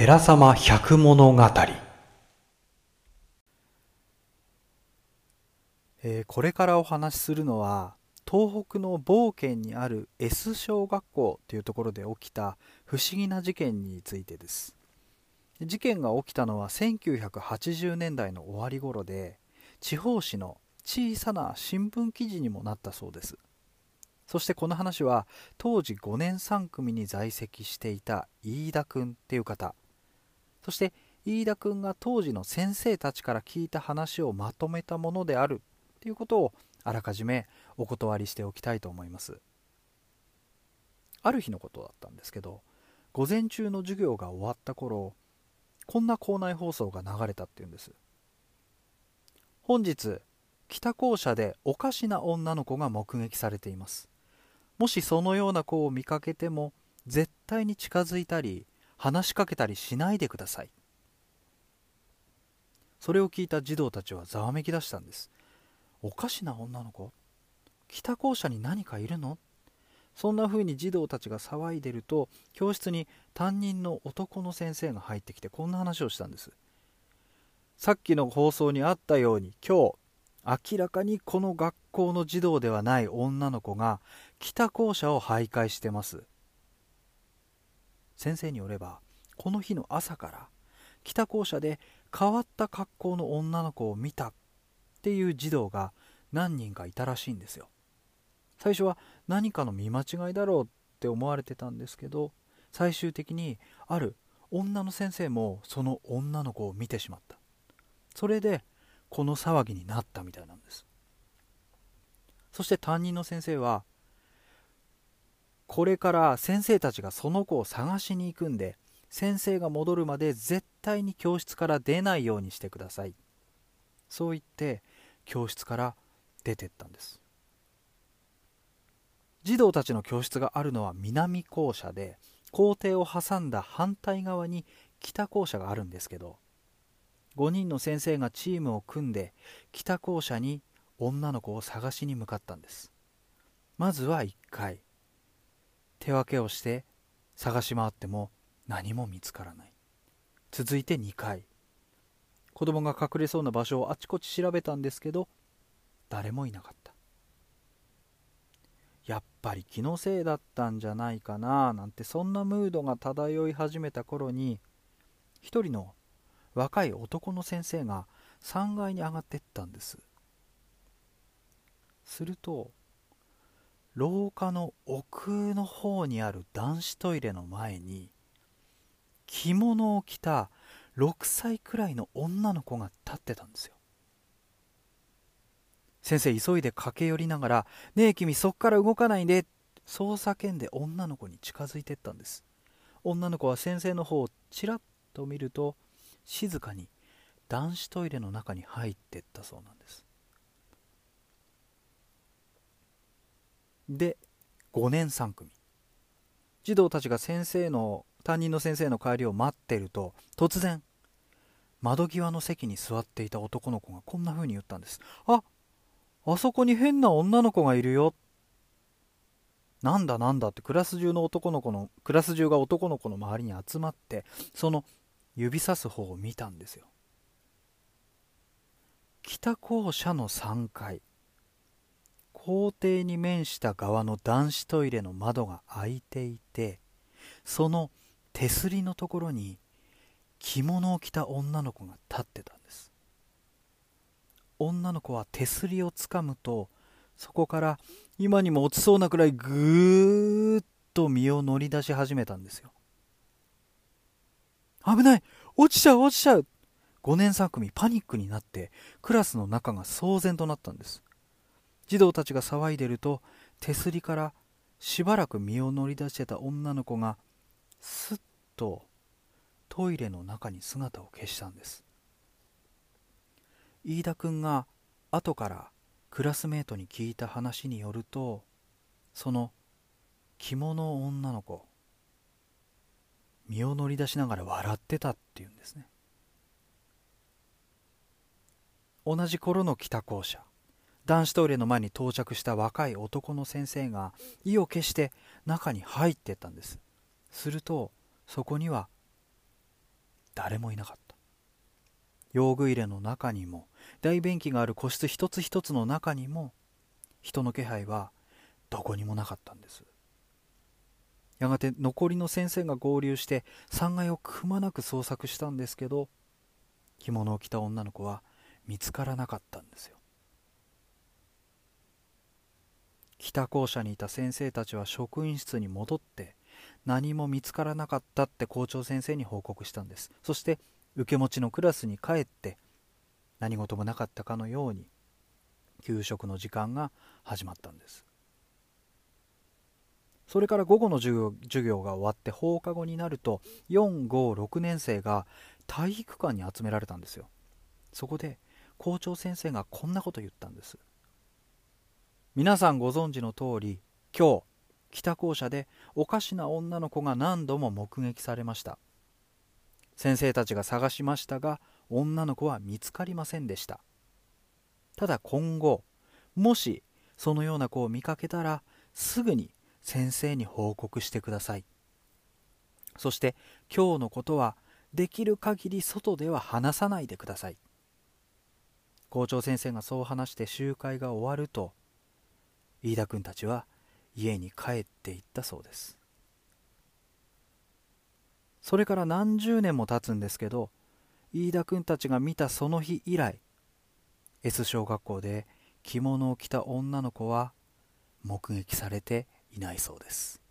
寺様百物語。 これからお話しするのは東北の某県にある S 小学校というところで起きた不思議な事件についてです。事件が起きたのは1980年代の終わり頃で、地方紙の小さな新聞記事にもなったそうです。そしてこの話は当時5年3組に在籍していた飯田くんっていう方、そして飯田くんが当時の先生たちから聞いた話をまとめたものであるということをあらかじめお断りしておきたいと思います。ある日のことだったんですけど、午前中の授業が終わった頃、こんな校内放送が流れたっていうんです。本日、北校舎でおかしな女の子が目撃されています。もしそのような子を見かけても、絶対に近づいたり話しかけたりしないでください。それを聞いた児童たちはざわめき出したんです。おかしな女の子？北校舎に何かいるの？そんな風に児童たちが騒いでると、教室に担任の男の先生が入ってきてこんな話をしたんです。さっきの放送にあったように、今日明らかにこの学校の児童ではない女の子が北校舎を徘徊してます。先生によれば、この日の朝から北校舎で変わった格好の女の子を見たっていう児童が何人かいたらしいんですよ。最初は何かの見間違いだろうって思われてたんですけど、最終的にある女の先生もその女の子を見てしまった。それでこの騒ぎになったみたいなんです。そして担任の先生は、これから先生たちがその子を探しに行くんで、先生が戻るまで絶対に教室から出ないようにしてください。そう言って教室から出てったんです。児童たちの教室があるのは南校舎で、校庭を挟んだ反対側に北校舎があるんですけど、5人の先生がチームを組んで北校舎に女の子を探しに向かったんです。まずは1回、手分けをして探し回っても何も見つからない。続いて2回、子供が隠れそうな場所をあちこち調べたんですけど、誰もいなかった。やっぱり気のせいだったんじゃないかななんて、そんなムードが漂い始めた頃に、一人の若い男の先生が3階に上がってったんです。すると、廊下の奥の方にある男子トイレの前に、着物を着た6歳くらいの女の子が立ってたんですよ。先生急いで駆け寄りながら、ねえ君そっから動かないで、そう叫んで女の子に近づいてったんです。女の子は先生の方をちらっと見ると、静かに男子トイレの中に入ってったそうなんです。で、5年3組、児童たちが担任の先生の帰りを待ってると、突然窓際の席に座っていた男の子がこんな風に言ったんです。あそこに変な女の子がいるよ。なんだなんだってクラス中が男の子の周りに集まって、その指さす方を見たんですよ。北校舎の3階、校庭に面した側の男子トイレの窓が開いていて、その手すりのところに着物を着た女の子が立ってたんです。女の子は手すりをつかむと、そこから今にも落ちそうなくらいぐーっと身を乗り出し始めたんですよ。危ない、落ちちゃう落ちちゃう。5年3組パニックになってクラスの中が騒然となったんです。児童たちが騒いでると、手すりからしばらく身を乗り出してた女の子がすっとトイレの中に姿を消したんです。飯田くんが後からクラスメートに聞いた話によると、その着物の女の子、身を乗り出しながら笑ってたっていうんですね。同じ頃の北校舎、男子トイレの前に到着した若い男の先生が意を決して中に入っていったんです。すると、そこには誰もいなかった。用具入れの中にも大便器がある個室一つ一つの中にも人の気配はどこにもなかったんです。やがて残りの先生が合流して3階をくまなく捜索したんですけど、着物を着た女の子は見つからなかったんですよ。北校舎にいた先生たちは職員室に戻って何も見つからなかったって校長先生に報告したんです。そして受け持ちのクラスに帰って何事もなかったかのように給食の時間が始まったんです。それから午後の授業が終わって放課後になると4、5、6年生が体育館に集められたんですよ。そこで校長先生がこんなこと言ったんです。皆さんご存知の通り、今日北校舎でおかしな女の子が何度も目撃されました。先生たちが探しましたが女の子は見つかりませんでした。ただ今後もしそのような子を見かけたらすぐに先生に報告してください。そして今日のことはできる限り外では話さないでください。校長先生がそう話して集会が終わると飯田君たちは家に帰っていったそうです。それから何十年も経つんですけど、飯田君たちが見たその日以来 S 小学校で着物を着た女の子は目撃されていないそうです。